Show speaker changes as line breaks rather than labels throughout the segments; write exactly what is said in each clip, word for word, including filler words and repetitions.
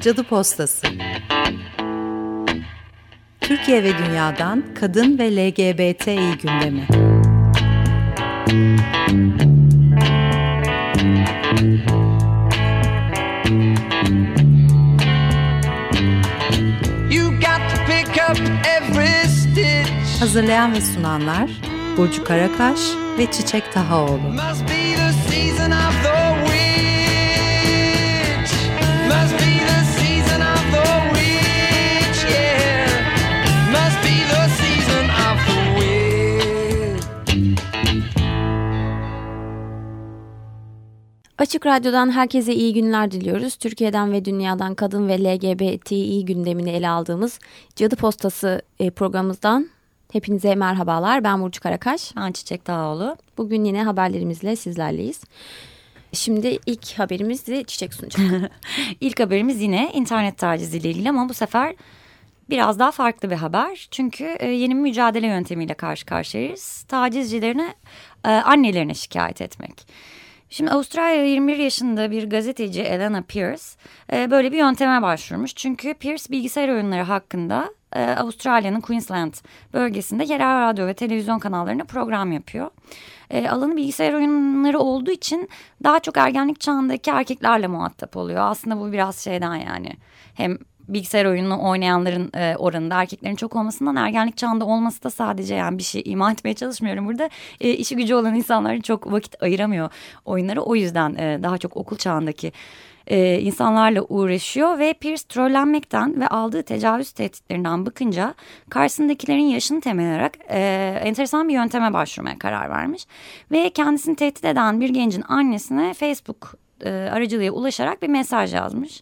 Cadı Postası. Türkiye ve dünyadan kadın ve L G B T İ gündemi. Hazırlayan ve sunanlar Burcu Karakaş ve Çiçek Tahaoğlu.
Açık Radyo'dan herkese iyi günler diliyoruz. Türkiye'den ve dünyadan kadın ve L G B T İ gündemini ele aldığımız Cadı Postası programımızdan hepinize merhabalar. Ben Burcu Karakaş.
Ben Çiçek Tahaoğlu.
Bugün yine haberlerimizle sizlerleyiz. Şimdi ilk haberimizi Çiçek sunacak.
İlk haberimiz yine internet taciziyle ilgili ama bu sefer biraz daha farklı bir haber. Çünkü yeni bir mücadele yöntemiyle karşı karşıyayız. Tacizcilerine, annelerine şikayet etmek. Şimdi Avustralya yirmi bir yaşında bir gazeteci Elana Pierce böyle bir yönteme başvurmuş. Çünkü Pierce bilgisayar oyunları hakkında Avustralya'nın Queensland bölgesinde yerel radyo ve televizyon kanallarına program yapıyor. Alanı bilgisayar oyunları olduğu için daha çok ergenlik çağındaki erkeklerle muhatap oluyor. Aslında bu biraz şeyden yani hem bilgisayar oyununu oynayanların e, oranında erkeklerin çok olmasından ergenlik çağında olması da sadece yani bir şey ima etmeye çalışmıyorum burada. E, işi gücü olan insanların çok vakit ayıramıyor oyunları. O yüzden e, daha çok okul çağındaki e, insanlarla uğraşıyor ve Pierce trollenmekten ve aldığı tecavüz tehditlerinden bakınca karşısındakilerin yaşını temel alarak e, enteresan bir yönteme başvurmaya karar vermiş. Ve kendisini tehdit eden bir gencin annesine Facebook e, aracılığıyla ulaşarak bir mesaj yazmış.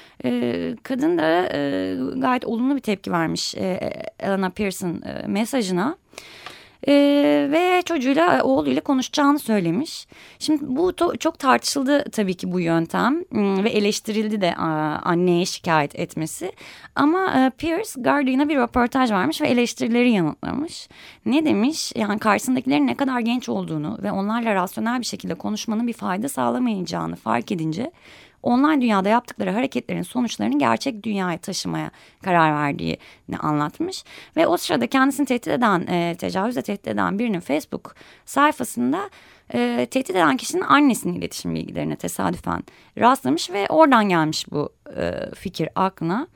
Ee, kadın da e, gayet olumlu bir tepki vermiş e, Elana Pierce'ın e, mesajına e, ve çocuğuyla oğluyla konuşacağını söylemiş. Şimdi bu to- çok tartışıldı tabii ki bu yöntem ve eleştirildi de a, anneye şikayet etmesi. Ama e, Pierce Guardian'a bir röportaj vermiş ve eleştirileri yanıtlamış. Ne demiş? Yani karşısındakilerin ne kadar genç olduğunu ve onlarla rasyonel bir şekilde konuşmanın bir fayda sağlamayacağını fark edince online dünyada yaptıkları hareketlerin sonuçlarını gerçek dünyaya taşımaya karar verdiğini anlatmış. Ve o sırada kendisini tehdit eden, e, tecavüzle tehdit eden birinin Facebook sayfasında e, tehdit eden kişinin annesinin iletişim bilgilerine tesadüfen rastlamış ve oradan gelmiş bu e, fikir aklına.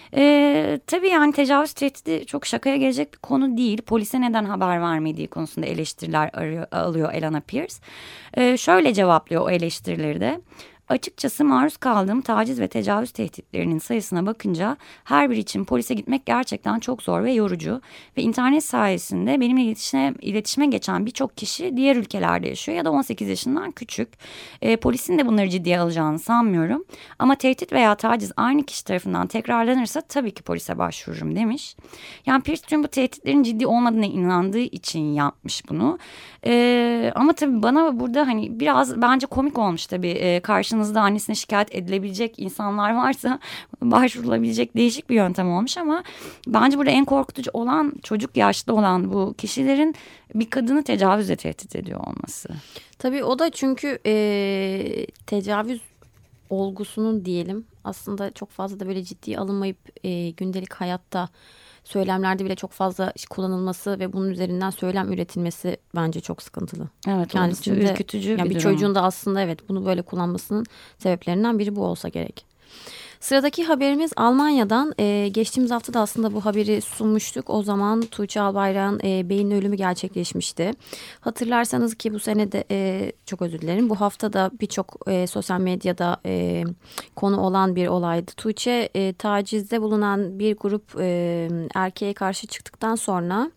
Ee, tabii yani tecavüz tehdidi çok şakaya gelecek bir konu değil. Polise neden haber vermediği konusunda eleştiriler arıyor, alıyor Elana Pierce. Ee, şöyle cevaplıyor o eleştirileri de. Açıkçası maruz kaldığım taciz ve tecavüz tehditlerinin sayısına bakınca her biri için polise gitmek gerçekten çok zor ve yorucu. Ve internet sayesinde benimle iletişime, iletişime geçen birçok kişi diğer ülkelerde yaşıyor ya da on sekiz yaşından küçük. E, polisin de bunları ciddiye alacağını sanmıyorum. Ama tehdit veya taciz aynı kişi tarafından tekrarlanırsa tabii ki polise başvururum demiş. Yani Pierce tüm bu tehditlerin ciddi olmadığına inandığı için yapmış bunu. E, ama tabii bana burada hani biraz bence komik olmuş tabii e, karşına annesine şikayet edilebilecek insanlar varsa başvurulabilecek değişik bir yöntem olmuş ama bence burada en korkutucu olan çocuk yaşta olan bu kişilerin bir kadını tecavüzle tehdit ediyor olması.
Tabii o da çünkü e, tecavüz olgusunun diyelim aslında çok fazla da böyle ciddiye alınmayıp e, gündelik hayatta söylemlerde bile çok fazla kullanılması ve bunun üzerinden söylem üretilmesi bence çok sıkıntılı.
Evet, kendisinde ürkütücü
yani
bir,
bir çocuğun da aslında evet bunu böyle kullanmasının sebeplerinden biri bu olsa gerek. Sıradaki haberimiz Almanya'dan. Ee, geçtiğimiz hafta da aslında bu haberi sunmuştuk. O zaman Tuğçe Albayrak'ın e, beyin ölümü gerçekleşmişti. Hatırlarsanız ki bu sene de e, çok özür dilerim. Bu hafta da birçok e, sosyal medyada e, konu olan bir olaydı. Tuğçe e, tacizde bulunan bir grup e, erkeğe karşı çıktıktan sonra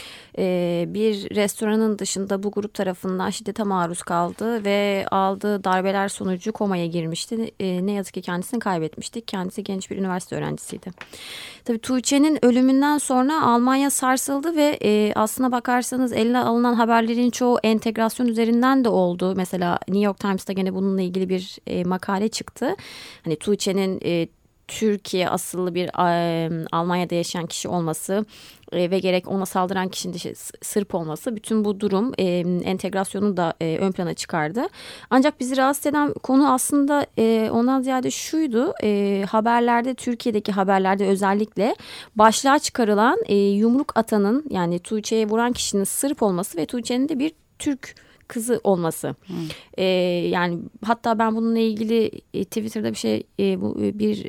Ee, bir restoranın dışında bu grup tarafından şiddete maruz kaldı ve aldığı darbeler sonucu komaya girmişti. Ee, ne yazık ki kendisini kaybetmiştik. Kendisi genç bir üniversite öğrencisiydi. Tabii Tuğçe'nin ölümünden sonra Almanya sarsıldı ve e, aslına bakarsanız eline alınan haberlerin çoğu entegrasyon üzerinden de oldu. Mesela New York Times'ta gene bununla ilgili bir e, makale çıktı. Hani Tuğçe'nin e, Türkiye asıllı bir e, Almanya'da yaşayan kişi olması e, ve gerek ona saldıran kişinin de şey, Sırp olması, bütün bu durum e, entegrasyonu da e, ön plana çıkardı. Ancak bizi rahatsız eden konu aslında e, ondan ziyade şuydu: e, haberlerde, Türkiye'deki haberlerde özellikle başlığa çıkarılan e, yumruk atanın, yani Tuğçe'ye vuran kişinin Sırp olması ve Tuğçe'nin de bir Türk kızı olması. Hmm. Ee, yani hatta ben bununla ilgili e, Twitter'da bir şey e, bu bir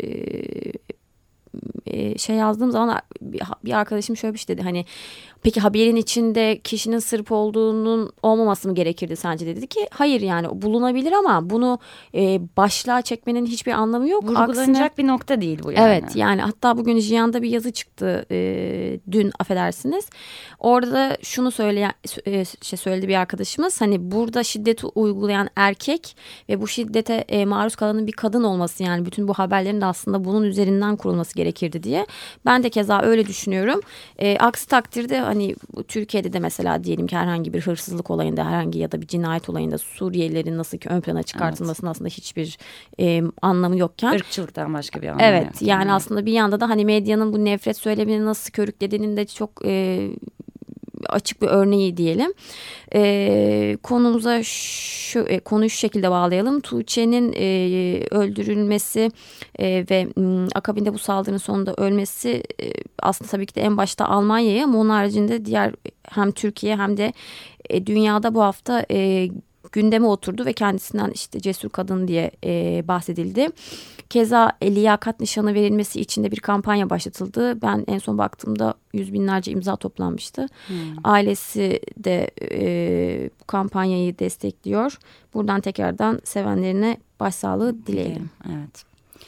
e, şey yazdığım zaman bir, bir arkadaşım şöyle bir şey dedi: hani peki haberin içinde kişinin Sırp olduğunun olmaması mı gerekirdi sence, dedi ki hayır, yani bulunabilir ama bunu e, başlığa çekmenin hiçbir anlamı yok.
Vurgulanacak Aksine, bir nokta değil bu yani.
Evet, yani hatta bugün Jiyan'da bir yazı çıktı e, dün, affedersiniz. Orada da şunu söyleyen e, şey söyledi bir arkadaşımız: hani burada şiddeti uygulayan erkek ve bu şiddete e, maruz kalanın bir kadın olması, yani bütün bu haberlerin de aslında bunun üzerinden kurulması gerekirdi diye. Ben de keza öyle düşünüyorum. E, aksi takdirde hani Türkiye'de de mesela diyelim ki herhangi bir hırsızlık olayında, herhangi ya da bir cinayet olayında Suriyelilerin nasıl ki ön plana çıkartılmasının evet. aslında hiçbir e, anlamı yokken.
Irkçılıktan başka bir anlamı.
Evet, yani, yani aslında bir yanda da hani medyanın bu nefret söylemini nasıl körüklediğinin de çok e, açık bir örneği diyelim. E, konumuza şu e, konuyu şu şekilde bağlayalım. Tuğçe'nin e, öldürülmesi e, ve m, akabinde bu saldırının sonunda ölmesi e, aslında tabii ki de en başta Almanya'ya, ama onun haricinde diğer hem Türkiye hem de e, dünyada bu hafta e, gündeme oturdu ve kendisinden işte cesur kadın diye e, bahsedildi. Keza e, liyakat nişanı verilmesi için de bir kampanya başlatıldı. Ben en son baktığımda yüz binlerce imza toplanmıştı. Hmm. Ailesi de e, bu kampanyayı destekliyor. Buradan tekrardan sevenlerine başsağlığı dileyelim.
Evet.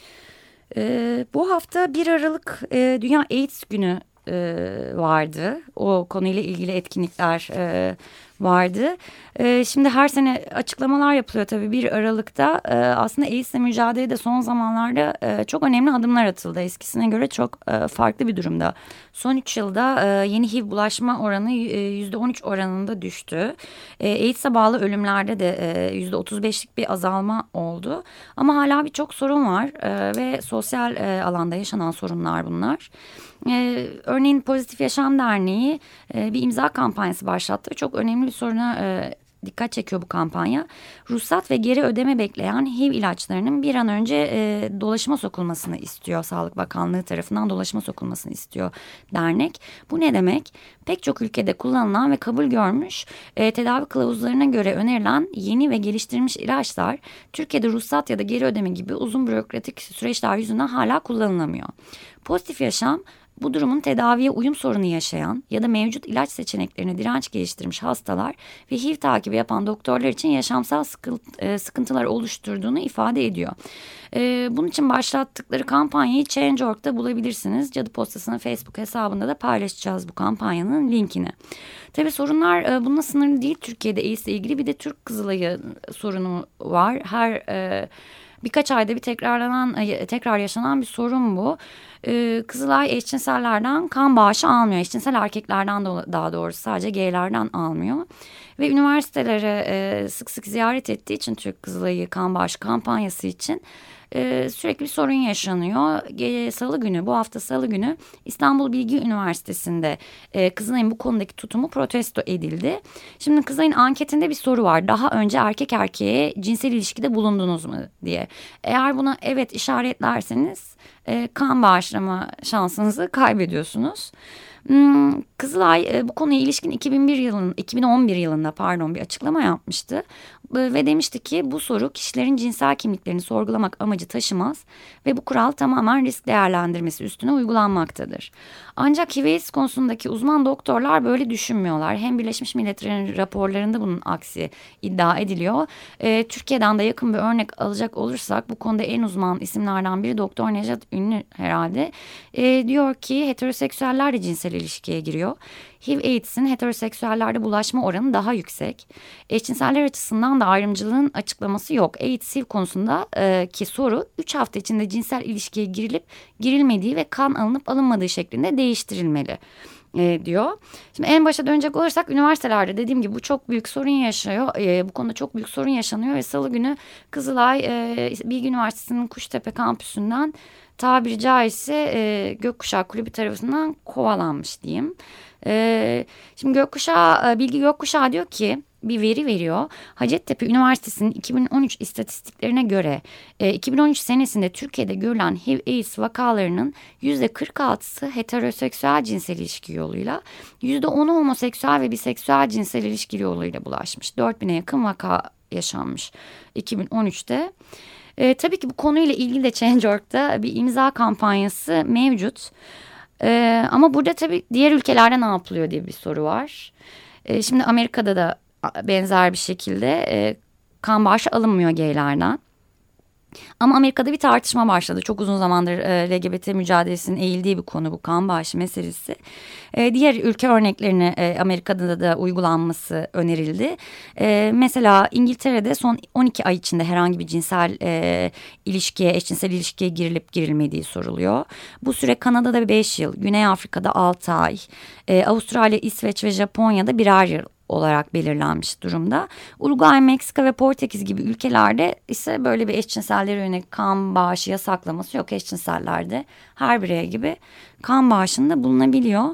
Ee, bu hafta bir Aralık e, Dünya AIDS Günü e, vardı. O konuyla ilgili etkinlikler e, vardı. E, şimdi her sene açıklamalar yapılıyor tabii. bir Aralık'ta e, aslında AIDS'le mücadelede son zamanlarda e, çok önemli adımlar atıldı. Eskisine göre çok e, farklı bir durumda. Son üç yılda e, yeni H I V bulaşma oranı e, yüzde on üç oranında düştü. E, AIDS'e bağlı ölümlerde de e, yüzde otuz beşlik bir azalma oldu. Ama hala birçok sorun var e, ve sosyal e, alanda yaşanan sorunlar bunlar. Ee, örneğin Pozitif Yaşam Derneği e, bir imza kampanyası başlattı. Çok önemli bir soruna e, dikkat çekiyor bu kampanya. Ruhsat ve geri ödeme bekleyen H I V ilaçlarının bir an önce e, dolaşıma sokulmasını istiyor. Sağlık Bakanlığı tarafından dolaşıma sokulmasını istiyor dernek. Bu ne demek? Pek çok ülkede kullanılan ve kabul görmüş e, tedavi kılavuzlarına göre önerilen yeni ve geliştirilmiş ilaçlar Türkiye'de ruhsat ya da geri ödeme gibi uzun bürokratik süreçler yüzünden hala kullanılamıyor. Pozitif Yaşam bu durumun tedaviye uyum sorunu yaşayan ya da mevcut ilaç seçeneklerine direnç geliştirmiş hastalar ve H I V takibi yapan doktorlar için yaşamsal sıkıntılar oluşturduğunu ifade ediyor. Bunun için başlattıkları kampanyayı Change nokta org'da bulabilirsiniz. Cadı Postası'nın Facebook hesabında da paylaşacağız bu kampanyanın linkini. Tabii sorunlar bununla sınırlı değil. Türkiye'de AIDS'le ilgili bir de Türk Kızılayı sorunu var. Her e, birkaç ayda bir tekrarlanan, tekrar yaşanan bir sorun bu. Ee, Kızılay eşcinsellerden kan bağışı almıyor. Eşcinsel erkeklerden de, daha doğrusu sadece gaylerden almıyor. Ve üniversitelere e, sık sık ziyaret ettiği için Türk Kızılayı kan bağışı kampanyası için e, sürekli bir sorun yaşanıyor. E, Salı günü, bu hafta Salı günü İstanbul Bilgi Üniversitesi'nde e, Kızılay'ın bu konudaki tutumu protesto edildi. Şimdi Kızılay'ın anketinde bir soru var. Daha önce erkek erkeğe cinsel ilişkide bulundunuz mu diye. Eğer buna evet işaretlerseniz e, kan bağışlama şansınızı kaybediyorsunuz. Hmm, Kızılay e, bu konuya ilişkin iki bin bir yılın, iki bin on bir yılında pardon bir açıklama yapmıştı e, ve demişti ki bu soru kişilerin cinsel kimliklerini sorgulamak amacı taşımaz ve bu kural tamamen risk değerlendirmesi üstüne uygulanmaktadır. Ancak H I V AIDS konusundaki uzman doktorlar böyle düşünmüyorlar. Hem Birleşmiş Milletler'in raporlarında bunun aksi iddia ediliyor. E, Türkiye'den de yakın bir örnek alacak olursak bu konuda en uzman isimlerden biri Doktor Nejat Ünlü herhalde. E, diyor ki heteroseksüeller de cinsel ilişkiye giriyor. H I V AIDS'in heteroseksüellerde bulaşma oranı daha yüksek. Eşcinseller açısından da ayrımcılığın açıklaması yok. AIDS H I V konusunda e, ki soru üç hafta içinde cinsel ilişkiye girilip girilmediği ve kan alınıp alınmadığı şeklinde değiştirilmeli. e, diyor. Şimdi en başa dönecek olursak üniversitelerde dediğim gibi bu çok büyük sorun yaşıyor. E, bu konuda çok büyük sorun yaşanıyor ve Salı günü Kızılay e, Bilgi Üniversitesi'nin Kuştepe kampüsünden tabiri caizse e, Gökkuşağı Kulübü tarafından kovalanmış diyeyim. E, şimdi Gökkuşağı, e, Bilgi Gökkuşağı diyor ki bir veri veriyor. Hacettepe Üniversitesi'nin iki bin on üç istatistiklerine göre e, iki bin on üç senesinde Türkiye'de görülen H I V AIDS vakalarının yüzde kırk altısı heteroseksüel cinsel ilişki yoluyla, yüzde onu homoseksüel ve biseksüel cinsel ilişki yoluyla bulaşmış. dört bine yakın vaka yaşanmış iki bin on üçte. E, tabii ki bu konuyla ilgili de Change nokta org'da bir imza kampanyası mevcut. E, ama burada tabii diğer ülkelerde ne yapılıyor diye bir soru var. E, şimdi Amerika'da da benzer bir şekilde e, kan bağışı alınmıyor gaylerden. Ama Amerika'da bir tartışma başladı. Çok uzun zamandır e, L G B T mücadelesinin eğildiği bir konu bu kan bağışı meselesi. E, diğer ülke örneklerini e, Amerika'da da, da uygulanması önerildi. E, mesela İngiltere'de son on iki ay içinde herhangi bir cinsel e, ilişkiye, eşcinsel ilişkiye girilip girilmediği soruluyor. Bu süre Kanada'da beş yıl, Güney Afrika'da altı ay, e, Avustralya, İsveç ve Japonya'da birer yıl olarak belirlenmiş durumda. Uruguay, Meksika ve Portekiz gibi ülkelerde ise böyle bir eşcinsellere yönelik kan bağışı yasaklaması yok. Eşcinsellerde her birey gibi kan bağışında bulunabiliyor.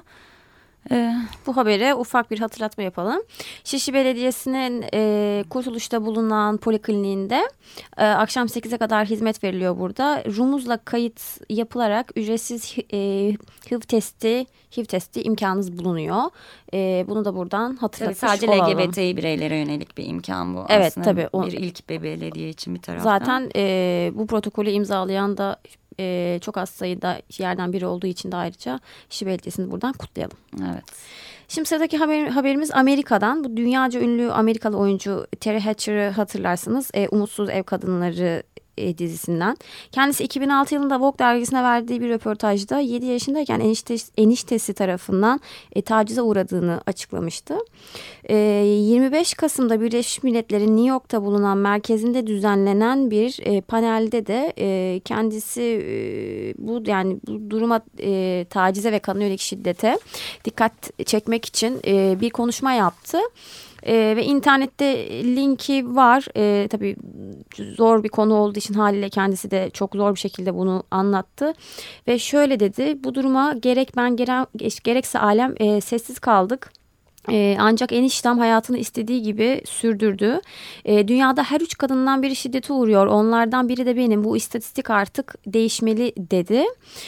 Ee, bu habere ufak bir hatırlatma yapalım. Şişli Belediyesi'nin e, Kurtuluş'ta bulunan polikliniğinde e, akşam sekize kadar hizmet veriliyor burada. Rumuzla kayıt yapılarak ücretsiz e, H I V testi H I V testi imkanınız bulunuyor. E, bunu da buradan hatırlatmış
tabii sadece
olalım.
L G B T bireylere yönelik bir imkan bu.
Evet,
aslında
tabii. O,
bir ilk bir belediye için bir taraftan.
Zaten e, bu protokolü imzalayan da e, çok az sayıda yerden biri olduğu için de ayrıca Şişli Belediyesi'ni buradan kutlayalım.
Evet.
Şimdi sıradaki haber, haberimiz Amerika'dan. Bu dünyaca ünlü Amerikalı oyuncu Teri Hatcher'ı hatırlarsınız. E, Umutsuz Ev Kadınları e, dizisinden. Kendisi iki bin altı yılında Vogue dergisine verdiği bir röportajda yedi yaşındayken eniştesi, eniştesi tarafından e, tacize uğradığını açıklamıştı. E, yirmi beş Kasım'da Birleşmiş Milletler'in New York'ta bulunan merkezinde düzenlenen bir e, panelde de e, kendisi e, bu yani bu duruma e, tacize ve kadına yönelik şiddete dikkat çekmek için e, bir konuşma yaptı. Ee, ve internette linki var. Ee, tabii zor bir konu olduğu için haliyle kendisi de çok zor bir şekilde bunu anlattı. Ve şöyle dedi: bu duruma gerek ben gerek, gerekse alem e, sessiz kaldık. Ee, ancak eniştem hayatını istediği gibi sürdürdü. Ee, dünyada her üç kadından biri şiddete uğruyor. Onlardan biri de benim. Bu istatistik artık değişmeli dedi.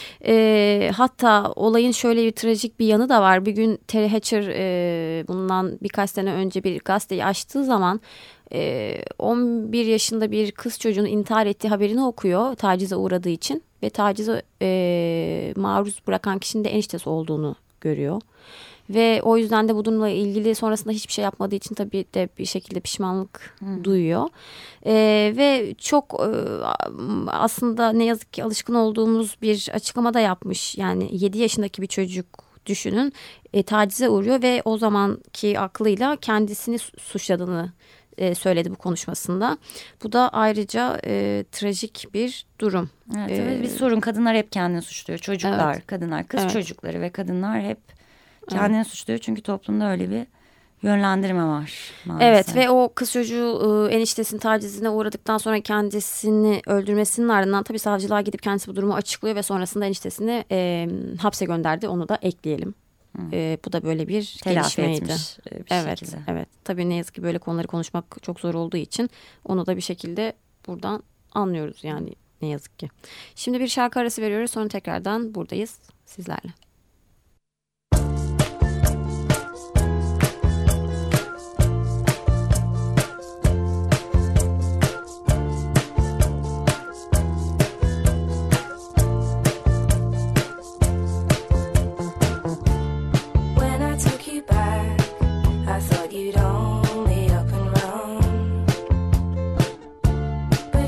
Ee, hatta olayın şöyle bir trajik bir yanı da var. Bir gün Teri Hatcher e, bundan birkaç sene önce bir gazeteyi açtığı zaman e, on bir yaşında bir kız çocuğunun intihar ettiği haberini okuyor tacize uğradığı için. Ve tacize e, maruz bırakan kişinin de eniştesi olduğunu görüyor. Ve o yüzden de bu durumla ilgili sonrasında hiçbir şey yapmadığı için tabii de bir şekilde pişmanlık hmm. duyuyor. Ee, ve çok e, aslında ne yazık ki alışkın olduğumuz bir açıklama da yapmış. Yani yedi yaşındaki bir çocuk düşünün e, tacize uğruyor ve o zamanki aklıyla kendisini suçladığını e, söyledi bu konuşmasında. Bu da ayrıca e, trajik bir durum.
Evet, evet, bir sorun. Kadınlar hep kendini suçluyor. Çocuklar,
evet.
kadınlar, kız
evet. çocukları
ve kadınlar hep kendini evet. suçluyor çünkü toplumda öyle bir yönlendirme var maalesef.
Evet ve o kız çocuğu eniştesinin tacizine uğradıktan sonra kendisini öldürmesinin ardından tabii savcılığa gidip kendisi bu durumu açıklıyor ve sonrasında eniştesini e, hapse gönderdi. Onu da ekleyelim. E, bu da böyle bir
telafi
gelişmeydi.
Bir
evet,
şekilde.
evet. Tabii ne yazık ki böyle konuları konuşmak çok zor olduğu için onu da bir şekilde buradan anlıyoruz yani ne yazık ki. Şimdi bir şarkı arası veriyoruz, sonra tekrardan buradayız sizlerle.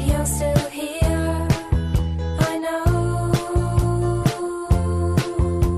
Still here, I know.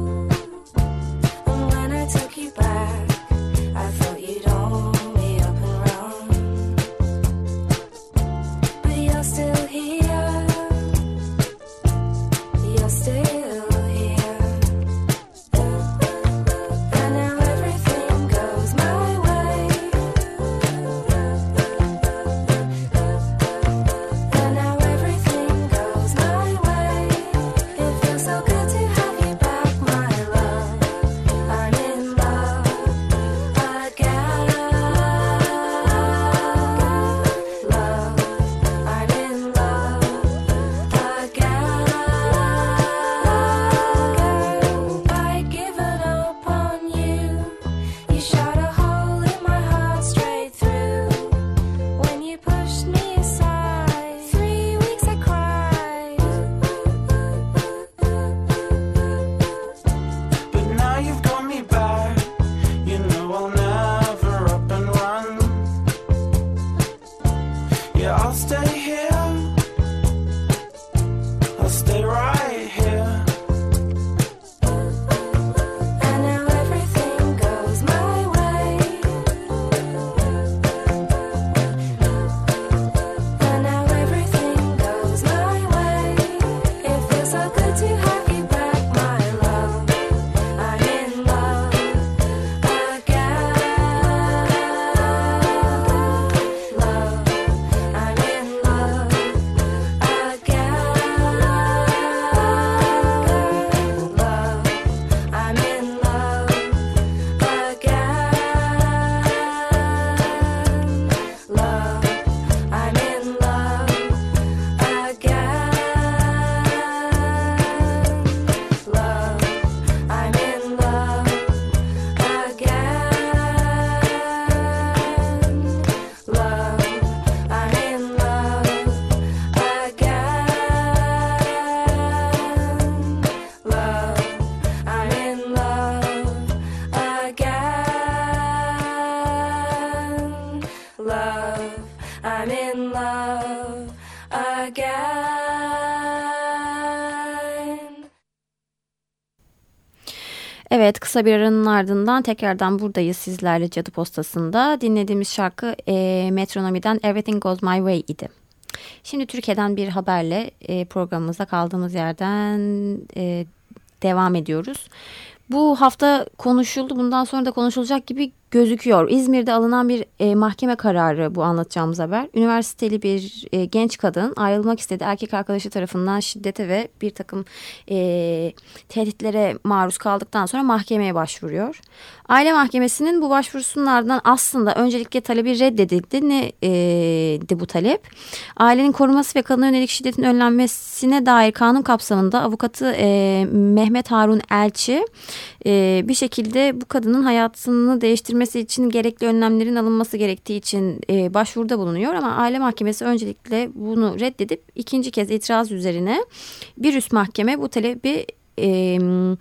Evet, kısa bir aranın ardından tekrardan buradayız sizlerle Cadı Postası'nda. Dinlediğimiz şarkı e, Metronomi'den Everything Goes My Way idi. Şimdi Türkiye'den bir haberle e, programımıza kaldığımız yerden e, devam ediyoruz. Bu hafta konuşuldu, bundan sonra da konuşulacak gibi gözüküyor. İzmir'de alınan bir e, mahkeme kararı bu anlatacağımız haber. Üniversiteli bir e, genç kadın ayrılmak istedi. Erkek arkadaşı tarafından şiddete ve bir takım e, tehditlere maruz kaldıktan sonra mahkemeye başvuruyor. Aile mahkemesinin bu başvurusunun ardından aslında öncelikle talebi reddedildi. Ne e, de bu talep? Ailenin koruması ve kadına yönelik şiddetin önlenmesine dair kanun kapsamında avukatı e, Mehmet Harun Elçi e, bir şekilde bu kadının hayatını değiştirmesi için gerekli önlemlerin alınması gerektiği için e, başvuruda bulunuyor. Ama aile mahkemesi öncelikle bunu reddedip ikinci kez itiraz üzerine bir üst mahkeme bu talebi e,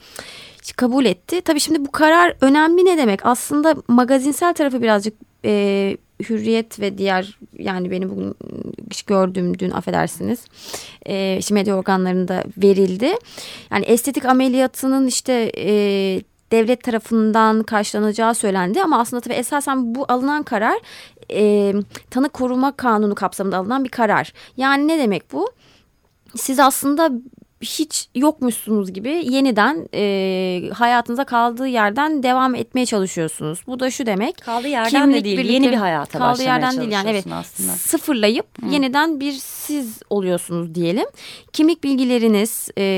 kabul etti. Tabii şimdi bu karar önemli ne demek? Aslında magazinsel tarafı birazcık e, Hürriyet ve diğer, yani benim bugün gördüğüm dün affedersiniz e, işte medya organlarında verildi. Yani estetik ameliyatının işte e, devlet tarafından karşılanacağı söylendi ama aslında tabii esasen bu alınan karar e, tanık koruma kanunu kapsamında alınan bir karar. Yani ne demek bu? Siz aslında hiç yokmuşsunuz gibi yeniden e, hayatınıza kaldığı yerden devam etmeye çalışıyorsunuz. Bu da şu demek.
Kaldığı yerden de değil, birlikte, yeni bir hayata
kaldığı yerden değil yani, evet,
aslında.
Sıfırlayıp Hı. yeniden bir siz oluyorsunuz diyelim. Kimlik bilgileriniz e,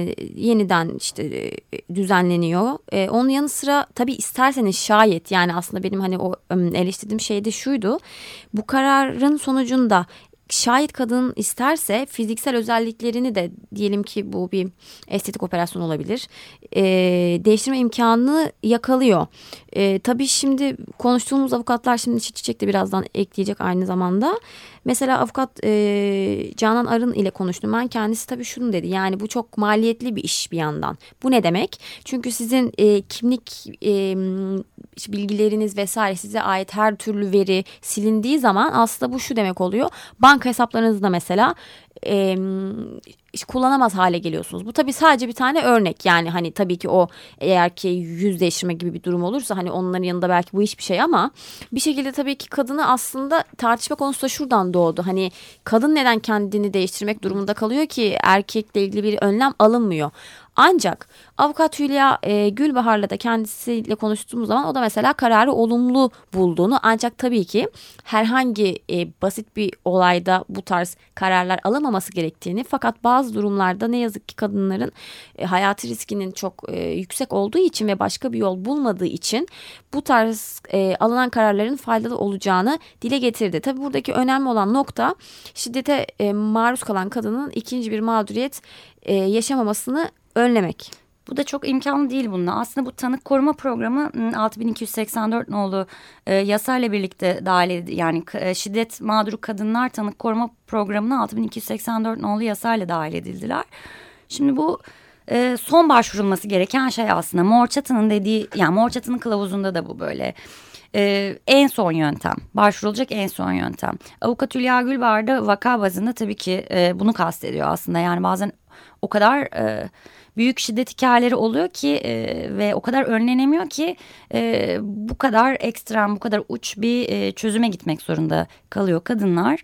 yeniden işte e, düzenleniyor. E, onun yanı sıra tabii isterseniz şayet, yani aslında benim hani o eleştirdiğim şey de şuydu. Bu kararın sonucunda şayet kadın isterse fiziksel özelliklerini de, diyelim ki bu bir estetik operasyon olabilir, e, değiştirme imkanını yakalıyor. E, tabii şimdi konuştuğumuz avukatlar, şimdi Çiçek de birazdan ekleyecek aynı zamanda. Mesela avukat e, Canan Arın ile konuştum ben. Kendisi tabii şunu dedi. Yani bu çok maliyetli bir iş bir yandan. Bu ne demek? Çünkü sizin e, kimlik e, bilgileriniz vesaire, size ait her türlü veri silindiği zaman aslında bu şu demek oluyor. Banka hesaplarınızda mesela e, kullanamaz hale geliyorsunuz. Bu tabii sadece bir tane örnek. Yani hani tabii ki o, eğer ki yüz değiştirme gibi bir durum olursa hani onların yanında belki bu hiçbir şey, ama bir şekilde tabii ki kadını aslında tartışma konusu da şuradan doğdu. Hani kadın neden kendini değiştirmek durumunda kalıyor ki erkekle ilgili bir önlem alınmıyor? Ancak avukat Hülya e, Gülbahar'la da kendisiyle konuştuğumuz zaman o da mesela kararı olumlu bulduğunu, ancak tabii ki herhangi e, basit bir olayda bu tarz kararlar alınmaması gerektiğini, fakat bazı durumlarda ne yazık ki kadınların e, hayati riskinin çok e, yüksek olduğu için ve başka bir yol bulmadığı için bu tarz e, alınan kararların faydalı olacağını dile getirdi. Tabii buradaki önemli olan nokta, şiddete e, maruz kalan kadının ikinci bir mağduriyet e, yaşamamasını önlemek.
Bu da çok imkanlı değil bununla. Aslında bu tanık koruma programı altı bin iki yüz seksen dört nolu e, yasayla birlikte dahil edildi. Yani e, şiddet mağduru kadınlar tanık koruma programına altı bin iki yüz seksen dört nolu yasayla dahil edildiler. Şimdi bu e, son başvurulması gereken şey aslında. Mor Çatı'nın dediği, yani Mor Çatı'nın kılavuzunda da bu böyle. Ee, en son yöntem, başvurulacak en son yöntem. Avukat Hülya Gülbahar da vaka bazında tabii ki e, bunu kastediyor aslında. Yani bazen o kadar e, büyük şiddet hikayeleri oluyor ki e, ve o kadar önlenemiyor ki e, bu kadar ekstrem, bu kadar uç bir e, çözüme gitmek zorunda kalıyor kadınlar.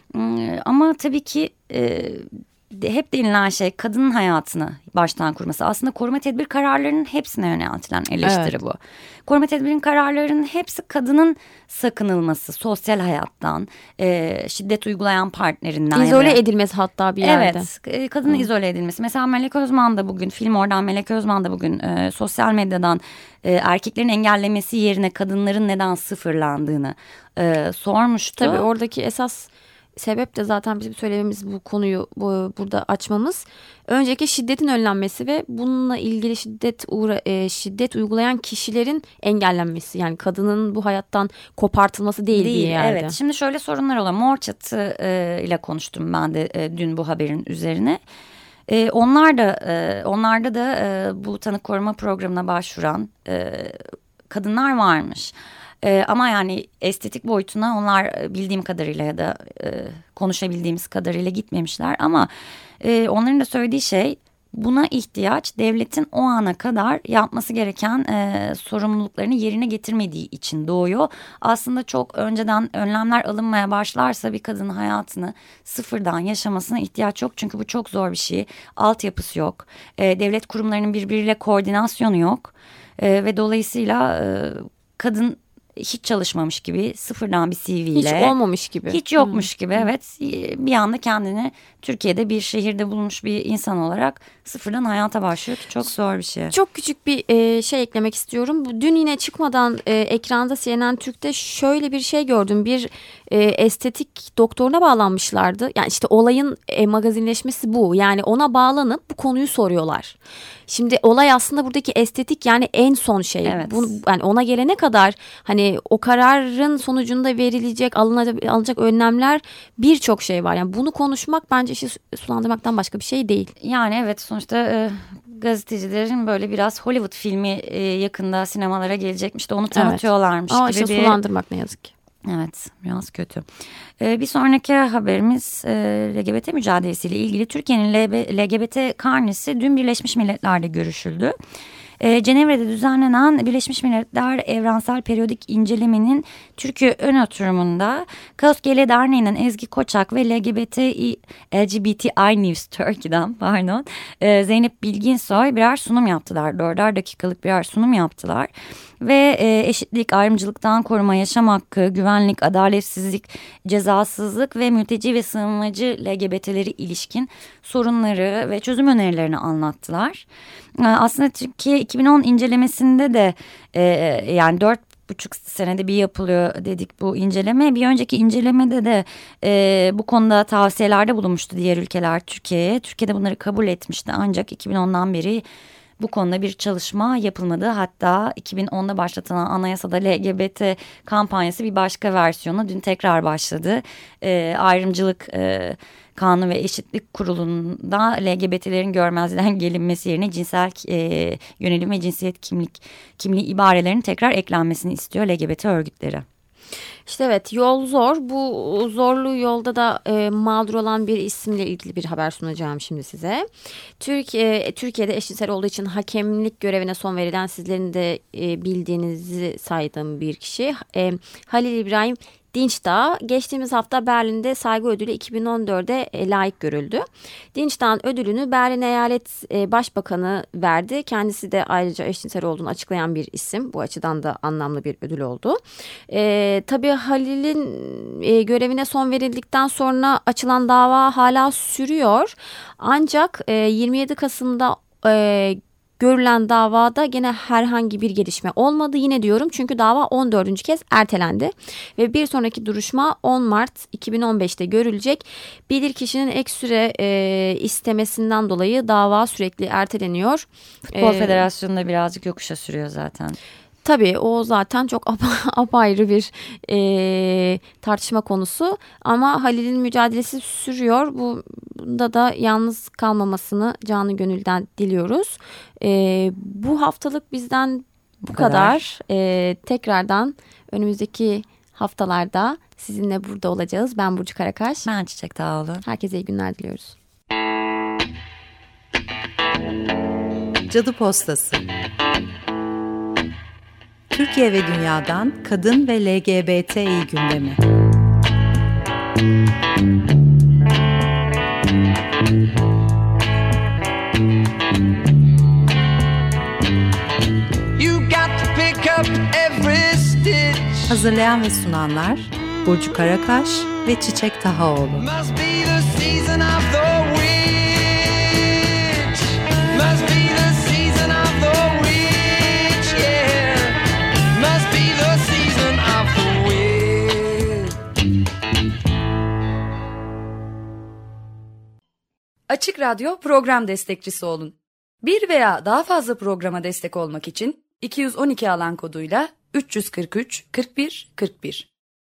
E, ama tabii ki e, hep denilen şey kadının hayatını baştan kurması. Aslında koruma tedbir kararlarının hepsine yöneltilen eleştiri evet. bu. Koruma tedbirin kararlarının hepsi kadının sakınılması, sosyal hayattan, e, şiddet uygulayan partnerinden.
İzole
yani.
edilmesi hatta bir yerde.
Evet, kadının Hı. izole edilmesi. Mesela Melek Özman da bugün, film oradan Melek Özman da bugün e, sosyal medyadan e, erkeklerin engellemesi yerine kadınların neden sıfırlandığını e, sormuştu.
Tabii oradaki esas sebep de zaten bizim söylememiz, bu konuyu bu, burada açmamız. Önceki şiddetin önlenmesi ve bununla ilgili şiddet uğra, e, şiddet uygulayan kişilerin engellenmesi. Yani kadının bu hayattan kopartılması değil, değil diye yerde.
Evet. Şimdi şöyle sorunlar oluyor. Mor Çatı e, ile konuştum ben de e, dün bu haberin üzerine. E, onlar da e, onlarda da e, bu tanık koruma programına başvuran e, kadınlar varmış. E, ama yani estetik boyutuna onlar bildiğim kadarıyla ya da e, konuşabildiğimiz kadarıyla gitmemişler. Ama e, onların da söylediği şey, buna ihtiyaç devletin o ana kadar yapması gereken e, sorumluluklarını yerine getirmediği için doğuyor. Aslında çok önceden önlemler alınmaya başlarsa bir kadının hayatını sıfırdan yaşamasına ihtiyaç yok. Çünkü bu çok zor bir şey. Altyapısı yok. E, devlet kurumlarının birbiriyle koordinasyonu yok. E, ve dolayısıyla e, kadın hiç çalışmamış gibi, sıfırdan bir C V ile.
Hiç olmamış gibi.
Hiç yokmuş hmm. gibi, evet. Bir anda kendini Türkiye'de bir şehirde bulmuş bir insan olarak sıfırdan hayata başlıyor ki çok zor bir şey.
Çok küçük bir e, şey eklemek istiyorum. Dün yine çıkmadan e, ekranda C N N Türk'te şöyle bir şey gördüm. Bir e, estetik doktoruna bağlanmışlardı. Yani işte olayın e, magazinleşmesi bu. Yani ona bağlanıp bu konuyu soruyorlar. Şimdi olay aslında buradaki estetik, yani en son şey.
Evet.
Bu, yani ona gelene kadar hani o kararın sonucunda verilecek, alınacak, alınacak önlemler, birçok şey var. Yani bunu konuşmak bence işi sulandırmaktan başka bir şey değil.
Yani evet, sonuçta e, gazetecilerin böyle biraz Hollywood filmi e, yakında sinemalara gelecekmiş de onu tanıtıyorlarmış
evet. Ama
gibi
işte
bir...
sulandırmak ne yazık ki.
Evet, biraz kötü. Ee, bir sonraki haberimiz e, L G B T mücadelesiyle ilgili. Türkiye'nin L G B T karnesi dün Birleşmiş Milletler'de görüşüldü. E, Cenevre'de düzenlenen Birleşmiş Milletler Evrensel Periyodik İnceleme'nin Türkiye ön oturumunda Kaos G L Derneği'nin Ezgi Koçak ve L G B T L G B T I News Turkey'den pardon e, Zeynep Bilginsoy birer sunum yaptılar. Dörder dakikalık birer sunum yaptılar. Ve e, eşitlik, ayrımcılıktan koruma, yaşam hakkı, güvenlik, adaletsizlik, cezasızlık ve mülteci ve sığınmacı L G B T'leri ilişkin sorunları ve çözüm önerilerini anlattılar. E, aslında Türkiye iki bin on incelemesinde de e, yani dört buçuk senede bir yapılıyor dedik bu inceleme. Bir önceki incelemede de e, bu konuda tavsiyelerde bulunmuştu diğer ülkeler Türkiye'ye. Türkiye'de bunları kabul etmişti, ancak iki bin ondan beri bu konuda bir çalışma yapılmadı. Hatta iki bin onda başlatılan anayasada L G B T kampanyası bir başka versiyonu dün tekrar başladı. E, ayrımcılık e, Kanunu ve Eşitlik Kurulu'nda L G B T'lerin görmezden gelinmesi yerine cinsel e, yönelim ve cinsiyet kimlik kimliği ibarelerinin tekrar eklenmesini istiyor L G B T örgütleri.
İşte evet, yol zor. Bu zorlu yolda da e, mağdur olan bir isimle ilgili bir haber sunacağım şimdi size. Türkiye Türkiye'de eşcinsel olduğu için hakemlik görevine son verilen, sizlerin de e, bildiğinizi saydığım bir kişi. E, Halil İbrahim Dinçdağ geçtiğimiz hafta Berlin'de saygı ödülü iki bin on dörde layık görüldü. Dinçdağ'ın ödülünü Berlin Eyalet Başbakanı verdi. Kendisi de ayrıca eşcinsel olduğunu açıklayan bir isim. Bu açıdan da anlamlı bir ödül oldu. E, tabii Halil'in e, görevine son verildikten sonra açılan dava hala sürüyor. Ancak e, yirmi yedi Kasım'da e, görülen davada gene herhangi bir gelişme olmadı. Yine diyorum çünkü dava on dördüncü kez ertelendi. Ve bir sonraki duruşma on Mart iki bin on beşte görülecek. Bilirkişinin ek süre e, istemesinden dolayı dava sürekli erteleniyor.
Futbol ee, Federasyonu da birazcık yokuşa sürüyor zaten.
Tabii o zaten çok apayrı bir e, tartışma konusu, ama Halil'in mücadelesi sürüyor. Bunda da yalnız kalmamasını canı gönülden diliyoruz. E, bu haftalık bizden bu, bu kadar. kadar. E, tekrardan önümüzdeki haftalarda sizinle burada olacağız. Ben Burcu Karakaş.
Ben Çiçek Dağoğlu.
Herkese iyi günler diliyoruz.
Cadı Postası. Türkiye ve dünyadan kadın ve L G B T İ gündemi. Hazırlayan ve sunanlar Burcu Karakaş ve Çiçek Tahaoğlu.
Açık Radyo program destekçisi olun. Bir veya daha fazla programa destek olmak için iki yüz on iki alan koduyla üç yüz kırk üç kırk bir kırk bir